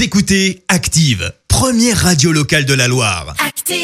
Vous écoutez Active, première radio locale de la Loire. Active!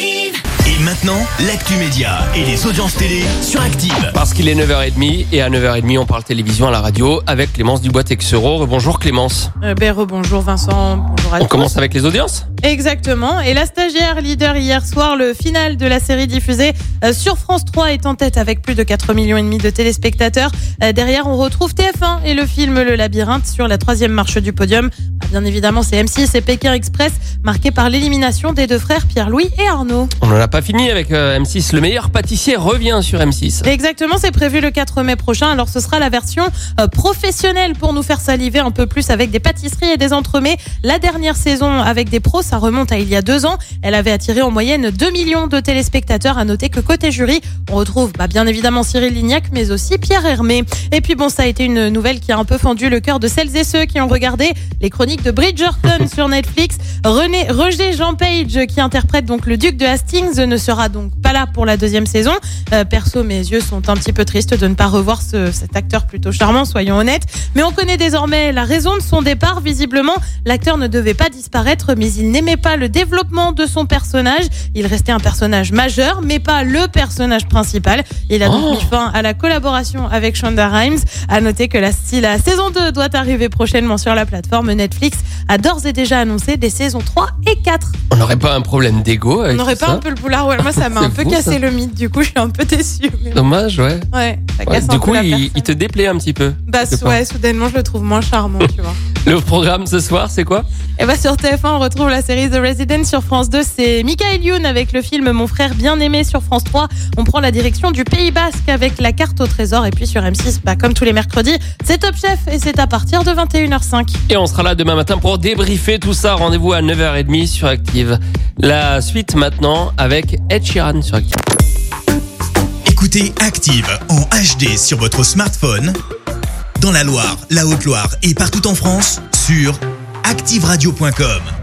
Et maintenant, l'actu média et les audiences télé sur Active. Parce qu'il est 9h30 et à 9h30 on parle télévision à la radio avec Clémence Dubois-Texero. Bonjour Clémence. Rebonjour Vincent, bonjour à tous. On commence avec les audiences ? Exactement, et la stagiaire leader hier soir, le final de la série diffusée sur France 3 est en tête avec plus de 4,5 millions de téléspectateurs. Derrière on retrouve TF1 et le film Le Labyrinthe sur la 3e marche du podium. Bien évidemment c'est M6 et Pékin Express, marqué par l'élimination des deux frères Pierre-Louis et Arnaud. On n'en a pas fini avec M6, le meilleur pâtissier revient sur M6. Exactement, c'est prévu le 4 mai prochain, alors ce sera la version professionnelle pour nous faire saliver un peu plus avec des pâtisseries et des entremets. La dernière saison avec des pros, ça remonte à il y a 2 ans. Elle avait attiré en moyenne 2 millions de téléspectateurs. À noter que côté jury, on retrouve bien évidemment Cyril Lignac, mais aussi Pierre Hermé. Et puis bon, ça a été une nouvelle qui a un peu fendu le cœur de celles et ceux qui ont regardé les chroniques de Bridgerton sur Netflix. Roger Jean Page, qui interprète donc le duc de Hastings, ne sera donc pas là pour la 2e saison. Perso, mes yeux sont un petit peu tristes de ne pas revoir cet acteur plutôt charmant, soyons honnêtes. Mais on connaît désormais la raison de son départ. Visiblement, l'acteur ne devait pas disparaître, mais il n'aimait pas le développement de son personnage. Il restait un personnage majeur, mais pas le personnage principal. Il a donc mis fin à la collaboration avec Shonda Rhimes. À noter que la saison 2 doit arriver prochainement sur la plateforme. Netflix a d'ores et déjà annoncé des saisons 3 et 4. On n'aurait pas un problème d'ego avec On n'aurait pas ça un peu le boulard? Ouais, moi ça m'a un peu cassé le mythe, du coup je suis un peu déçue. Dommage, ouais. Ouais, ça casse Du un coup, peu la il personne. te déplaît un petit peu. Ouais, soudainement je le trouve moins charmant, tu vois. Le programme ce soir, c'est quoi ? Et sur TF1, on retrouve la série The Resident. Sur France 2, c'est Michael Youn avec le film Mon frère bien-aimé. Sur France 3, on prend la direction du Pays Basque avec La carte au trésor. Et puis sur M6, comme tous les mercredis, c'est Top Chef et c'est à partir de 21h05. Et on sera là demain matin pour débriefer tout ça. Rendez-vous à 9h30 sur Active. La suite maintenant avec Ed Sheeran sur Active. Écoutez Active en HD sur votre smartphone, dans la Loire, la Haute-Loire et partout en France, sur activeradio.com.